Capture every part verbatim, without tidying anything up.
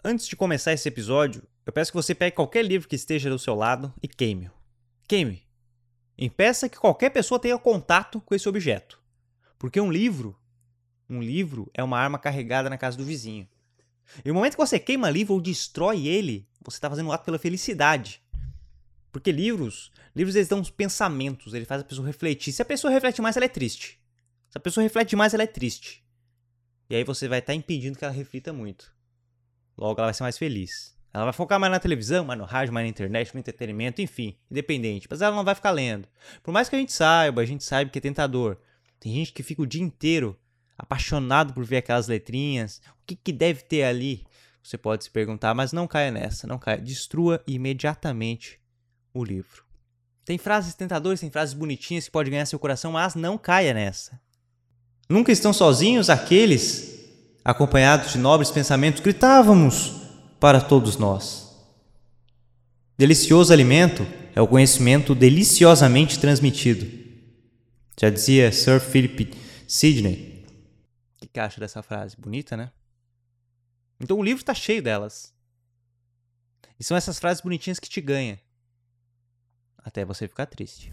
Antes de começar esse episódio, eu peço que você pegue qualquer livro que esteja do seu lado e queime-o. Queime. Impeça que qualquer pessoa tenha contato com esse objeto. Porque um livro, um livro é uma arma carregada na casa do vizinho. E no momento que você queima livro ou destrói ele, você está fazendo um ato pela felicidade. Porque livros, livros eles dão uns pensamentos, ele faz a pessoa refletir. Se a pessoa reflete mais, ela é triste. Se a pessoa reflete demais, ela é triste. E aí você vai estar impedindo que ela reflita muito. Logo, ela vai ser mais feliz. Ela vai focar mais na televisão, mais no rádio, mais na internet, no entretenimento, enfim, independente. Mas ela não vai ficar lendo. Por mais que a gente saiba, a gente sabe que é tentador. Tem gente que fica o dia inteiro apaixonado por ver aquelas letrinhas. O que, que deve ter ali? Você pode se perguntar, mas não caia nessa, não caia. Destrua imediatamente o livro. Tem frases tentadoras, tem frases bonitinhas que podem ganhar seu coração, mas não caia nessa. Nunca estão sozinhos aqueles, acompanhados de nobres pensamentos, gritávamos para todos nós. Delicioso alimento é o conhecimento deliciosamente transmitido. Já dizia Sir Philip Sidney. O que acha dessa frase? Bonita, né? Então o livro está cheio delas. E são essas frases bonitinhas que te ganham. Até você ficar triste.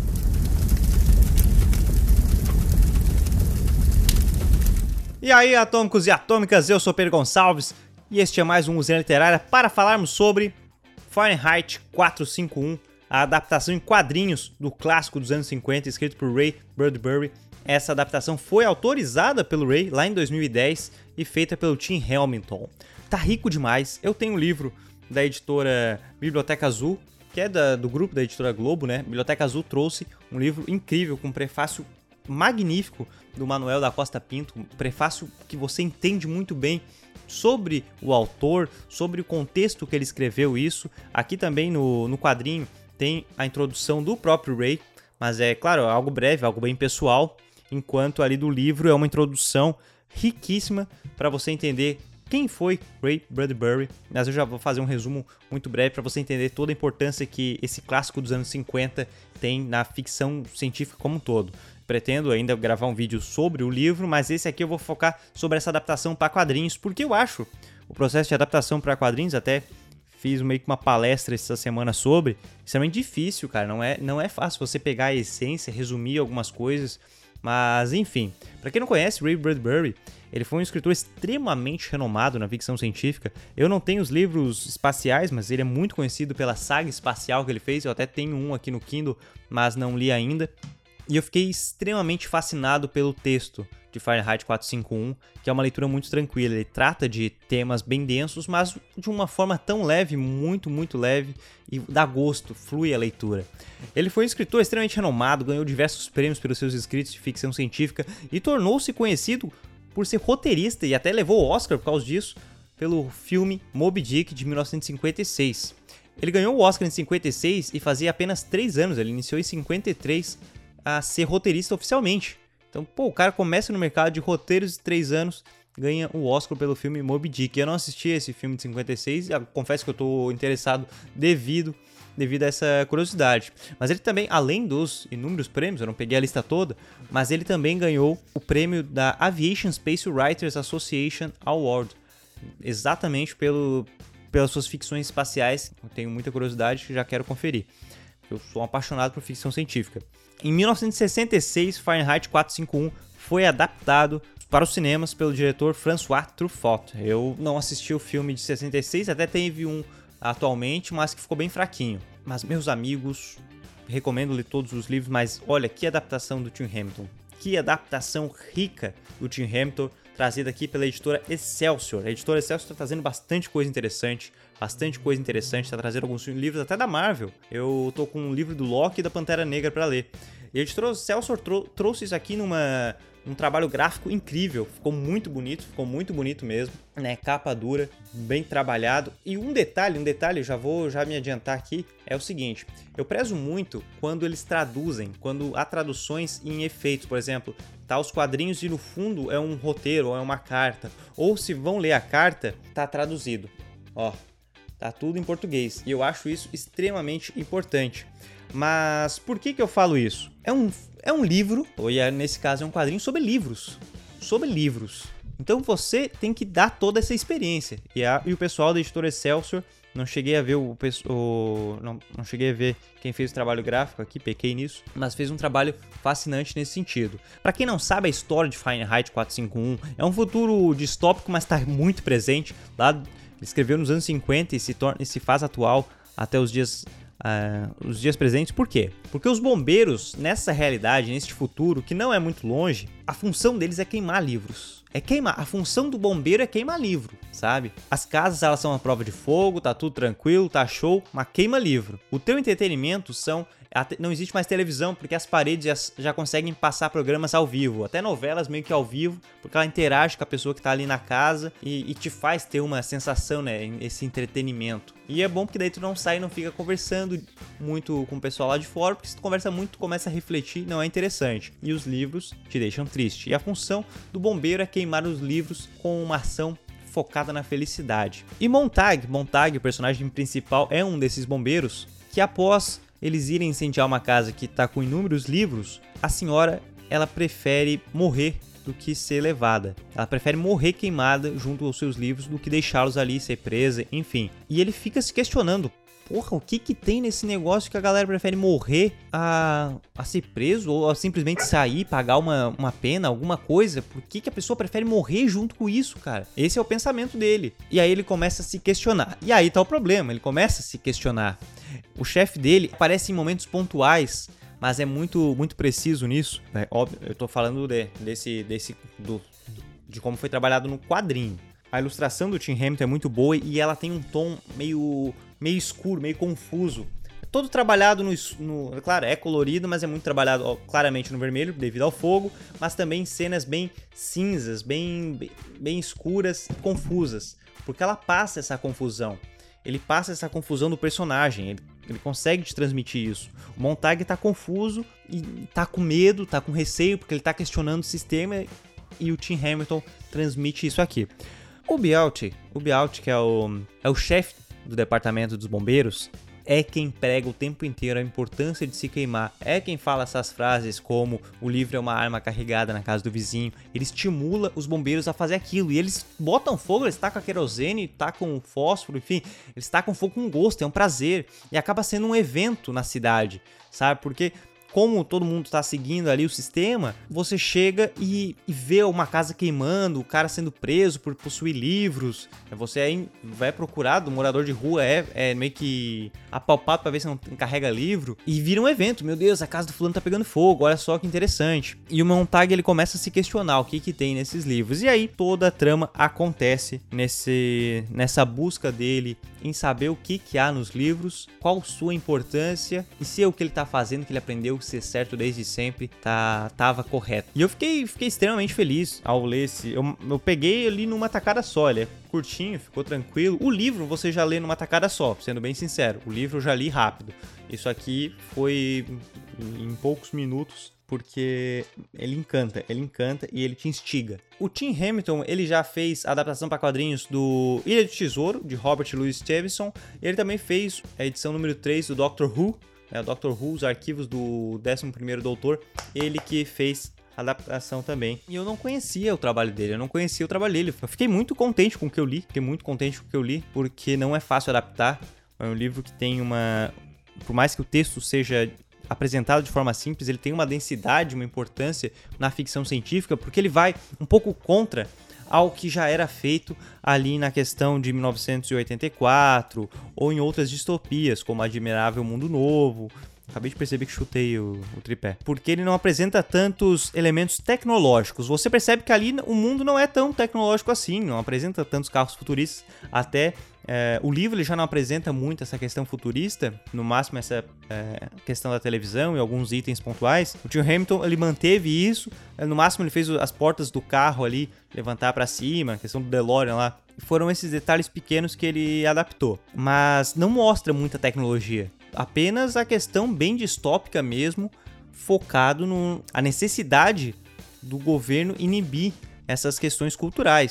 E aí, atômicos e atômicas, eu sou Pedro Gonçalves e este é mais um Usina Literária para falarmos sobre Fahrenheit quatrocentos e cinquenta e um, a adaptação em quadrinhos do clássico dos anos cinquenta, escrito por Ray Bradbury. Essa adaptação foi autorizada pelo Ray lá em dois mil e dez e feita pelo Tim Hamilton. Tá rico demais. Eu tenho um livro da editora Biblioteca Azul, que é da, do grupo da editora Globo, né? Biblioteca Azul trouxe um livro incrível com um prefácio magnífico do Manuel da Costa Pinto, um prefácio que você entende muito bem sobre o autor, sobre o contexto que ele escreveu isso. Aqui também no, no quadrinho tem a introdução do próprio Ray, mas é claro, algo breve, algo bem pessoal, enquanto ali do livro é uma introdução riquíssima para você entender quem foi Ray Bradbury. Mas eu já vou fazer um resumo muito breve para você entender toda a importância que esse clássico dos anos cinquenta tem na ficção científica como um todo. Pretendo ainda gravar um vídeo sobre o livro, mas esse aqui eu vou focar sobre essa adaptação para quadrinhos, porque eu acho o processo de adaptação para quadrinhos, até fiz meio que uma palestra essa semana sobre, extremamente difícil, cara, não é, não é fácil você pegar a essência, resumir algumas coisas, mas enfim. Para quem não conhece, Ray Bradbury, ele foi um escritor extremamente renomado na ficção científica. Eu não tenho os livros espaciais, mas ele é muito conhecido pela saga espacial que ele fez, eu até tenho um aqui no Kindle, mas não li ainda. E eu fiquei extremamente fascinado pelo texto de Fahrenheit quatrocentos e cinquenta e um, que é uma leitura muito tranquila. Ele trata de temas bem densos, mas de uma forma tão leve, muito, muito leve, e dá gosto, flui a leitura. Ele foi um escritor extremamente renomado, ganhou diversos prêmios pelos seus escritos de ficção científica e tornou-se conhecido por ser roteirista, e até levou o Oscar por causa disso, pelo filme Moby Dick de mil novecentos e cinquenta e seis. Ele ganhou o Oscar em cinquenta e seis e fazia apenas três anos, ele iniciou em cinquenta e três a ser roteirista oficialmente. Então, pô, o cara começa no mercado de roteiros de três anos, ganha o Oscar pelo filme Moby Dick. Eu não assisti esse filme de cinquenta e seis, e confesso que eu tô interessado devido, devido a essa curiosidade. Mas ele também, além dos inúmeros prêmios, eu não peguei a lista toda, mas ele também ganhou o prêmio da Aviation Space Writers Association Award, exatamente pelo, pelas suas ficções espaciais. Eu tenho muita curiosidade e já quero conferir. Eu sou um apaixonado por ficção científica. Em mil novecentos e sessenta e seis, Fahrenheit quatrocentos e cinquenta e um foi adaptado para os cinemas pelo diretor François Truffaut. Eu não assisti o filme de sessenta e seis, até teve um atualmente, mas que ficou bem fraquinho. Mas, meus amigos, recomendo ler todos os livros, mas olha, que adaptação do Tim Hamilton. Que adaptação rica do Tim Hamilton, trazida aqui pela editora Excelsior. A editora Excelsior está trazendo bastante coisa interessante, bastante coisa interessante, está trazendo alguns livros até da Marvel. Eu tô com um livro do Loki e da Pantera Negra para ler. E a editora Excelsior trou- trouxe isso aqui numa um trabalho gráfico incrível, ficou muito bonito, ficou muito bonito mesmo, né? Capa dura, bem trabalhado. E um detalhe, um detalhe, já vou já me adiantar aqui, é o seguinte: eu prezo muito quando eles traduzem, quando há traduções em efeitos, por exemplo, tá os quadrinhos e no fundo é um roteiro ou é uma carta, ou se vão ler a carta, tá traduzido, ó, tá tudo em português, e eu acho isso extremamente importante. Mas por que que eu falo isso? É um, é um livro, ou nesse caso é um quadrinho sobre livros, sobre livros. Então você tem que dar toda essa experiência. E, a, e o pessoal da editora Excelsior, não cheguei a ver o, o não, não cheguei a ver quem fez o trabalho gráfico aqui, pequei nisso, mas fez um trabalho fascinante nesse sentido. Para quem não sabe, a história de Fahrenheit quatrocentos e cinquenta e um é um futuro distópico, mas está muito presente. Lá ele escreveu nos anos cinquenta e se, torna, e se faz atual até os dias Uh, os dias presentes. Por quê? Porque os bombeiros, nessa realidade, neste futuro, que não é muito longe, a função deles é queimar livros. É queimar. A função do bombeiro é queimar livro, sabe? As casas, elas são a prova de fogo, tá tudo tranquilo, tá show, mas queima livro. O teu entretenimento são... Não existe mais televisão, porque as paredes já, já conseguem passar programas ao vivo, até novelas meio que ao vivo, porque ela interage com a pessoa que tá ali na casa e, e te faz ter uma sensação, né, esse entretenimento. E é bom porque daí tu não sai e não fica conversando muito com o pessoal lá de fora, porque se tu conversa muito, tu começa a refletir, não é interessante. E os livros te deixam triste. E a função do bombeiro é queimar os livros com uma ação focada na felicidade. E Montag, Montag, o personagem principal, é um desses bombeiros que após eles irem incendiar uma casa que está com inúmeros livros, a senhora, ela prefere morrer do que ser levada. Ela prefere morrer queimada junto aos seus livros do que deixá-los ali, ser presa, enfim. E ele fica se questionando, porra, o que que tem nesse negócio que a galera prefere morrer a, a ser preso ou a simplesmente sair, pagar uma, uma pena, alguma coisa? Por que que a pessoa prefere morrer junto com isso, cara? Esse é o pensamento dele. E aí ele começa a se questionar. E aí tá o problema, ele começa a se questionar. O chefe dele aparece em momentos pontuais, mas é muito, muito preciso nisso. É óbvio, eu tô falando de, desse, desse, do, de como foi trabalhado no quadrinho. A ilustração do Tim Hamilton é muito boa e ela tem um tom meio, meio escuro, meio confuso. É todo trabalhado no, no... Claro, é colorido, mas é muito trabalhado ó, claramente no vermelho, devido ao fogo, mas também em cenas bem cinzas, bem, bem, bem escuras e confusas, porque ela passa essa confusão. Ele passa essa confusão do personagem, ele, ele consegue te transmitir isso. O Montag tá confuso e tá com medo, tá com receio, porque ele tá questionando o sistema e o Tim Hamilton transmite isso aqui. O Bialt, o Bialt, que é o, é o chefe do departamento dos bombeiros, é quem prega o tempo inteiro a importância de se queimar. É quem fala essas frases como o livro é uma arma carregada na casa do vizinho. Ele estimula os bombeiros a fazer aquilo. E eles botam fogo, eles tacam querosene, tacam fósforo, enfim. Eles tacam fogo com gosto, é um prazer. E acaba sendo um evento na cidade, sabe? Porque como todo mundo está seguindo ali o sistema, você chega e, e vê uma casa queimando, o cara sendo preso por possuir livros. Você é, vai procurar do morador de rua, é, é meio que apalpado para ver se não carrega livro. E vira um evento, meu Deus, a casa do fulano tá pegando fogo, olha só que interessante. E o Montag, ele começa a se questionar o que que tem nesses livros. E aí toda a trama acontece nesse, nessa busca dele em saber o que que há nos livros, qual sua importância e se é o que ele tá fazendo, que ele aprendeu ser certo desde sempre, tá, tava correto. E eu fiquei, fiquei extremamente feliz ao ler esse... Eu, eu peguei ali numa tacada só, ele é curtinho, ficou tranquilo. O livro você já lê numa tacada só, sendo bem sincero. O livro eu já li rápido. Isso aqui foi em poucos minutos, porque ele encanta, ele encanta e ele te instiga. O Tim Hamilton, ele já fez a adaptação para quadrinhos do Ilha do Tesouro, de Robert Louis Stevenson, e ele também fez a edição número três do Doctor Who, é o Doctor Who, os arquivos do décimo primeiro Doutor, ele que fez a adaptação também. E eu não conhecia o trabalho dele, eu não conhecia o trabalho dele. Eu fiquei muito contente com o que eu li, fiquei muito contente com o que eu li, porque não é fácil adaptar. É um livro que tem uma... Por mais que o texto seja apresentado de forma simples, ele tem uma densidade, uma importância na ficção científica, porque ele vai um pouco contra ao que já era feito ali na questão de mil novecentos e oitenta e quatro ou em outras distopias, como Admirável Mundo Novo. Acabei de perceber que chutei o, o tripé. Porque ele não apresenta tantos elementos tecnológicos. Você percebe que ali o mundo não é tão tecnológico assim, não apresenta tantos carros futuristas. Até é, o livro ele já não apresenta muito essa questão futurista, no máximo essa é, questão da televisão e alguns itens pontuais. O Tim Hamilton ele manteve isso, no máximo ele fez as portas do carro ali levantar para cima, a questão do DeLorean lá. Foram esses detalhes pequenos que ele adaptou, mas não mostra muita tecnologia. Apenas a questão bem distópica mesmo, focado na necessidade do governo inibir essas questões culturais.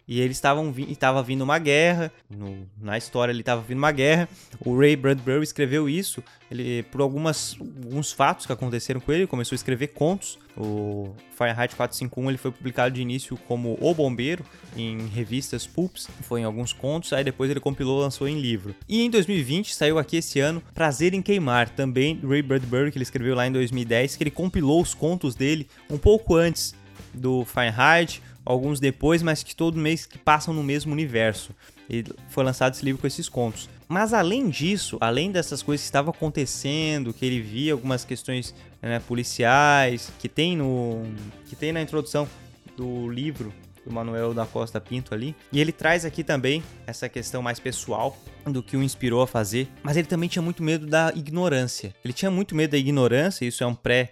E eles estavam vi estava vindo uma guerra, no, na história ele estava vindo uma guerra. O Ray Bradbury escreveu isso, ele por algumas, alguns fatos que aconteceram com ele, ele começou a escrever contos. O Fahrenheit quatrocentos e cinquenta e um ele foi publicado de início como O Bombeiro, em revistas pulps, foi em alguns contos, aí depois ele compilou e lançou em livro. E em dois mil e vinte, saiu aqui esse ano, Prazer em Queimar, também do Ray Bradbury, que ele escreveu lá em dois mil e dez, que ele compilou os contos dele um pouco antes do Fahrenheit, alguns depois, mas que todo mês que passam no mesmo universo. E foi lançado esse livro com esses contos. Mas além disso, além dessas coisas que estavam acontecendo, que ele via algumas questões, né, policiais, que tem, no, que tem na introdução do livro do Manuel da Costa Pinto ali. E ele traz aqui também essa questão mais pessoal do que o inspirou a fazer. Mas ele também tinha muito medo da ignorância. Ele tinha muito medo da ignorância, isso é um pré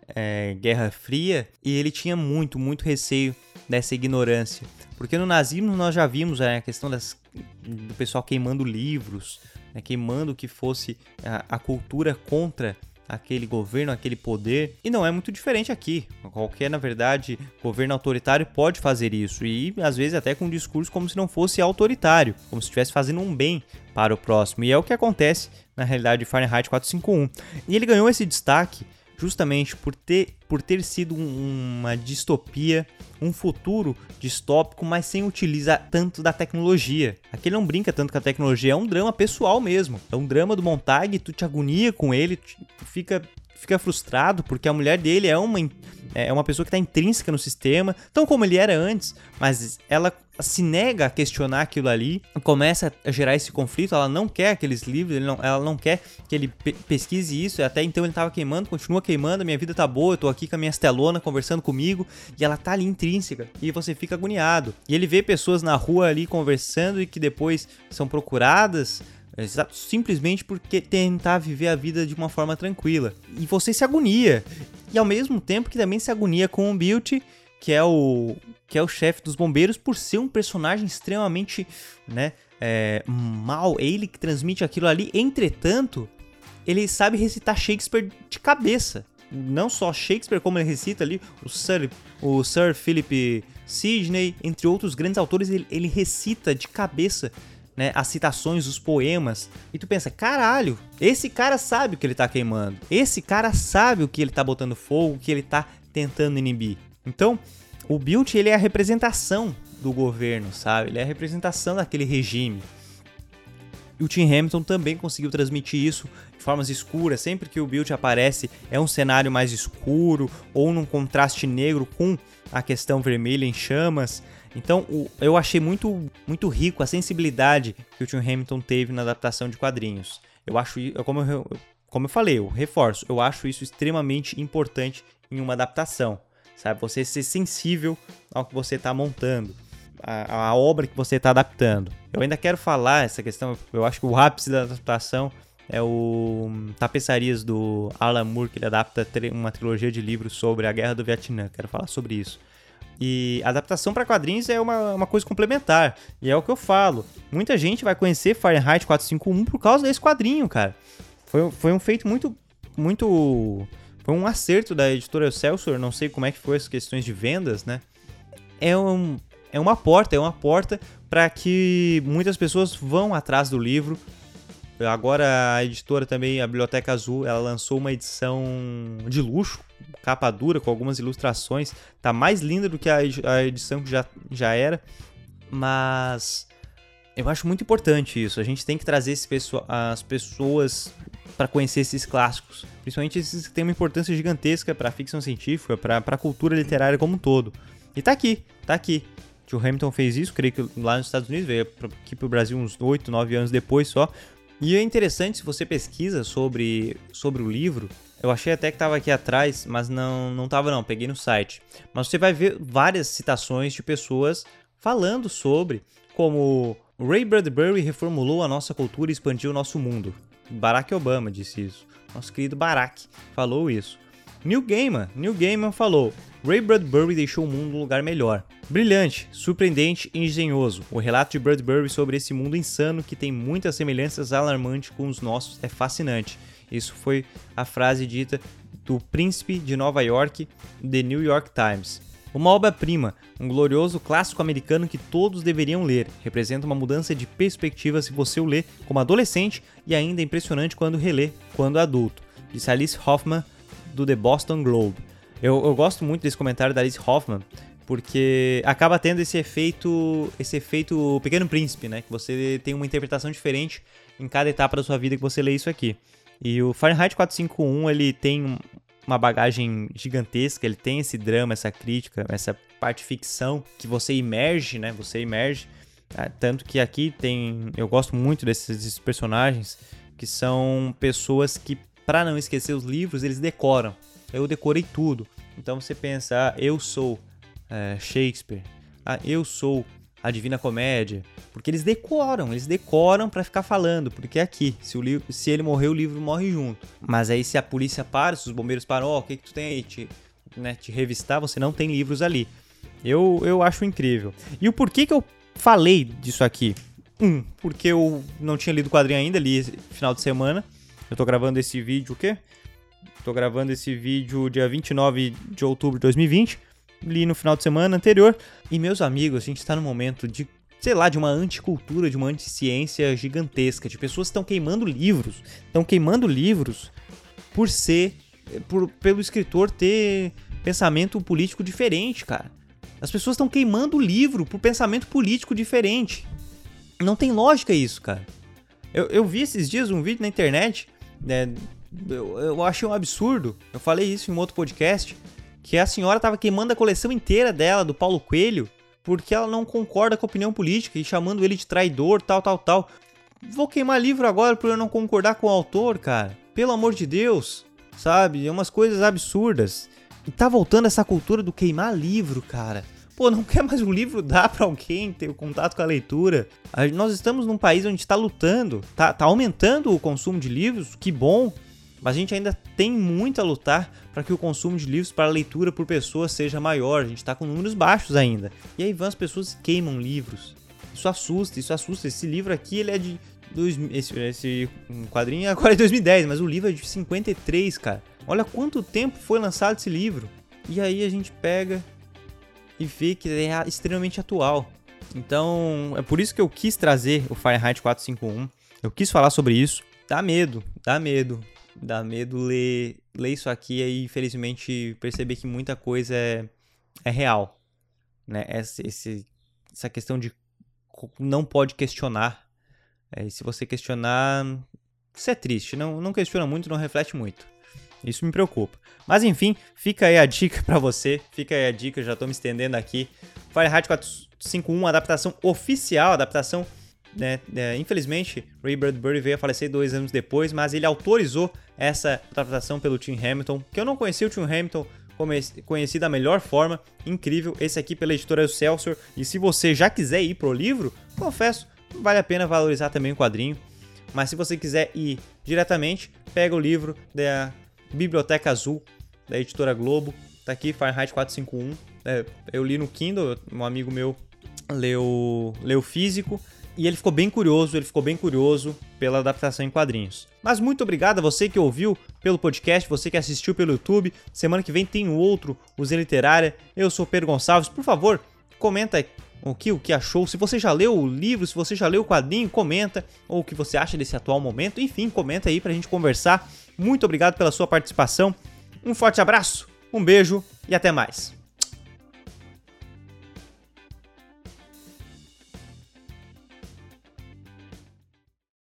é, Guerra Fria, e ele tinha muito, muito receio dessa ignorância. Porque no nazismo nós já vimos, né, a questão das, do pessoal queimando livros, né, queimando o que fosse a, a cultura contra aquele governo, aquele poder. E não é muito diferente aqui. Qualquer, na verdade, governo autoritário pode fazer isso. E às vezes até com um discurso como se não fosse autoritário, como se estivesse fazendo um bem para o próximo. E é o que acontece na realidade de Fahrenheit quatrocentos e cinquenta e um. E ele ganhou esse destaque justamente por ter, por ter sido um, uma distopia, um futuro distópico, mas sem utilizar tanto da tecnologia. Aqui ele não brinca tanto com a tecnologia, é um drama pessoal mesmo. É um drama do Montag, tu te agonia com ele, tu fica, fica frustrado, porque a mulher dele é uma, é uma pessoa que está intrínseca no sistema, tão como ele era antes, mas ela se nega a questionar aquilo ali, começa a gerar esse conflito, ela não quer aqueles livros, ele não, ela não quer que ele pe- pesquise isso, até então ele tava queimando, continua queimando, minha vida tá boa, eu tô aqui com a minha estelona conversando comigo, e ela tá ali intrínseca, e você fica agoniado. E ele vê pessoas na rua ali conversando e que depois são procuradas, simplesmente porque tentar viver a vida de uma forma tranquila. E você se agonia, e ao mesmo tempo que também se agonia com o Bilt, que é o, que é o chefe dos bombeiros, por ser um personagem extremamente, né, é, mal, ele que transmite aquilo ali. Entretanto, ele sabe recitar Shakespeare de cabeça. Não só Shakespeare, como ele recita ali, o Sir, o Sir Philip Sidney, entre outros grandes autores, ele, ele recita de cabeça, né, as citações, os poemas. E tu pensa, caralho, esse cara sabe o que ele tá queimando. Esse cara sabe o que ele tá botando fogo, o que ele tá tentando inibir. Então, o Bilt, ele é a representação do governo, sabe? Ele é a representação daquele regime. E o Tim Hamilton também conseguiu transmitir isso de formas escuras. Sempre que o Bilt aparece, é um cenário mais escuro ou num contraste negro com a questão vermelha em chamas. Então, eu achei muito, muito rico a sensibilidade que o Tim Hamilton teve na adaptação de quadrinhos. Eu acho, como eu, como eu falei, eu reforço, eu acho isso extremamente importante em uma adaptação. Sabe, você ser sensível ao que você está montando, a, a obra que você está adaptando. Eu ainda quero falar essa questão, eu acho que o ápice da adaptação é o Tapeçarias do Alan Moore, que ele adapta uma trilogia de livros sobre a Guerra do Vietnã. Quero falar sobre isso. E a adaptação para quadrinhos é uma, uma coisa complementar, e é o que eu falo. Muita gente vai conhecer Fahrenheit quatrocentos e cinquenta e um por causa desse quadrinho, cara. Foi, foi um feito muito, muito... Foi um acerto da editora Excelsior, não sei como é que foi as questões de vendas, né? É, um, é uma porta, é uma porta para que muitas pessoas vão atrás do livro. Agora a editora também, a Biblioteca Azul, ela lançou uma edição de luxo, capa dura, com algumas ilustrações. Tá mais linda do que a edição que já, já era, mas eu acho muito importante isso. A gente tem que trazer esse pessoa, as pessoas para conhecer esses clássicos, principalmente esses que têm uma importância gigantesca para a ficção científica, para a cultura literária como um todo. E tá aqui, tá aqui. O tio Hamilton fez isso, creio que lá nos Estados Unidos, veio aqui pro Brasil uns oito, nove anos depois só. E é interessante, se você pesquisa sobre, sobre o livro, eu achei até que estava aqui atrás, mas não, não tava não, peguei no site. Mas você vai ver várias citações de pessoas falando sobre como Ray Bradbury reformulou a nossa cultura e expandiu o nosso mundo. Barack Obama disse isso. Nosso querido Barack falou isso. Neil Gaiman, Neil Gaiman falou: Ray Bradbury deixou o mundo um lugar melhor. Brilhante, surpreendente e engenhoso. O relato de Bradbury sobre esse mundo insano que tem muitas semelhanças alarmantes com os nossos é fascinante. Isso foi a frase dita do príncipe de Nova York, The New York Times. Uma obra-prima, um glorioso clássico americano que todos deveriam ler. Representa uma mudança de perspectiva se você o lê como adolescente e ainda é impressionante quando relê quando adulto. Disse Alice Hoffman, do The Boston Globe. Eu, eu gosto muito desse comentário da Alice Hoffman, porque acaba tendo esse efeito, esse efeito Pequeno Príncipe, né? Que você tem uma interpretação diferente em cada etapa da sua vida que você lê isso aqui. E o Fahrenheit quatrocentos e cinquenta e um, ele tem uma bagagem gigantesca, ele tem esse drama, essa crítica, essa parte ficção que você imerge, né? Você imerge. Tanto que aqui tem... Eu gosto muito desses, desses personagens, que são pessoas que, para não esquecer os livros, eles decoram. Eu decorei tudo. Então você pensa, ah, eu sou é, Shakespeare, ah, eu sou a Divina Comédia, porque eles decoram, eles decoram pra ficar falando, porque aqui, se, o livro, se ele morrer, o livro morre junto. Mas aí se a polícia para, se os bombeiros param, ó, oh, o que que tu tem aí, te, né, te revistar, você não tem livros ali. Eu, eu acho incrível. E o porquê que eu falei disso aqui? Um, porque eu não tinha lido o quadrinho ainda, li esse final de semana. Eu tô gravando esse vídeo, o quê? Tô gravando esse vídeo dia vinte e nove de outubro de dois mil e vinte. Li no final de semana anterior. E, meus amigos, a gente está num momento de, sei lá, de uma anticultura, de uma anticiência gigantesca. De pessoas que estão queimando livros. Estão queimando livros por ser... Por, pelo escritor ter pensamento político diferente, cara. As pessoas estão queimando o livro por pensamento político diferente. Não tem lógica isso, cara. Eu, eu vi esses dias um vídeo na internet, né... Eu, eu achei um absurdo, eu falei isso em um outro podcast, que a senhora tava queimando a coleção inteira dela, do Paulo Coelho, porque ela não concorda com a opinião política e chamando ele de traidor, tal, tal, tal. Vou queimar livro agora por eu não concordar com o autor, cara. Pelo amor de Deus, sabe? É umas coisas absurdas. E tá voltando essa cultura do queimar livro, cara. Pô, não quer mais um livro dar pra alguém ter o contato com a leitura? Nós estamos num país onde tá lutando, tá, tá aumentando o consumo de livros, que bom. Mas a gente ainda tem muito a lutar para que o consumo de livros para leitura por pessoa seja maior. A gente está com números baixos ainda. E aí vão as pessoas que queimam livros. Isso assusta, isso assusta. Esse livro aqui, ele é de... Dois, esse, esse quadrinho agora é de dois mil e dez, mas o livro é de cinquenta e três, cara. Olha quanto tempo foi lançado esse livro. E aí a gente pega e vê que é extremamente atual. Então, é por isso que eu quis trazer o Fahrenheit quatrocentos e cinquenta e um. Eu quis falar sobre isso. Dá medo, dá medo. Dá medo ler, ler isso aqui e, infelizmente, perceber que muita coisa é, é real. Né? Essa, esse, essa questão de não pode questionar. É, e se você questionar, isso é triste. Não, não questiona muito, não reflete muito. Isso me preocupa. Mas, enfim, fica aí a dica pra você. Fica aí a dica, já tô me estendendo aqui. Fahrenheit quatrocentos e cinquenta e um, adaptação oficial, adaptação... Né? É, infelizmente, Ray Bradbury veio a falecer dois anos depois, mas ele autorizou essa adaptação pelo Tim Hamilton, que eu não conhecia o Tim Hamilton, conheci da melhor forma, incrível, esse aqui pela editora Excelsior, e se você já quiser ir pro livro, confesso, vale a pena valorizar também o quadrinho, mas se você quiser ir diretamente, pega o livro da Biblioteca Azul, da editora Globo, tá aqui, Fahrenheit quatrocentos e cinquenta e um, é, eu li no Kindle, um amigo meu leu, leu físico, e ele ficou bem curioso, ele ficou bem curioso pela adaptação em quadrinhos. Mas muito obrigado a você que ouviu pelo podcast, você que assistiu pelo YouTube. Semana que vem tem outro Usina Literária. Eu sou Pedro Gonçalves. Por favor, comenta o que, o que achou. Se você já leu o livro, se você já leu o quadrinho, comenta. Ou o que você acha desse atual momento. Enfim, comenta aí pra gente conversar. Muito obrigado pela sua participação. Um forte abraço, um beijo e até mais.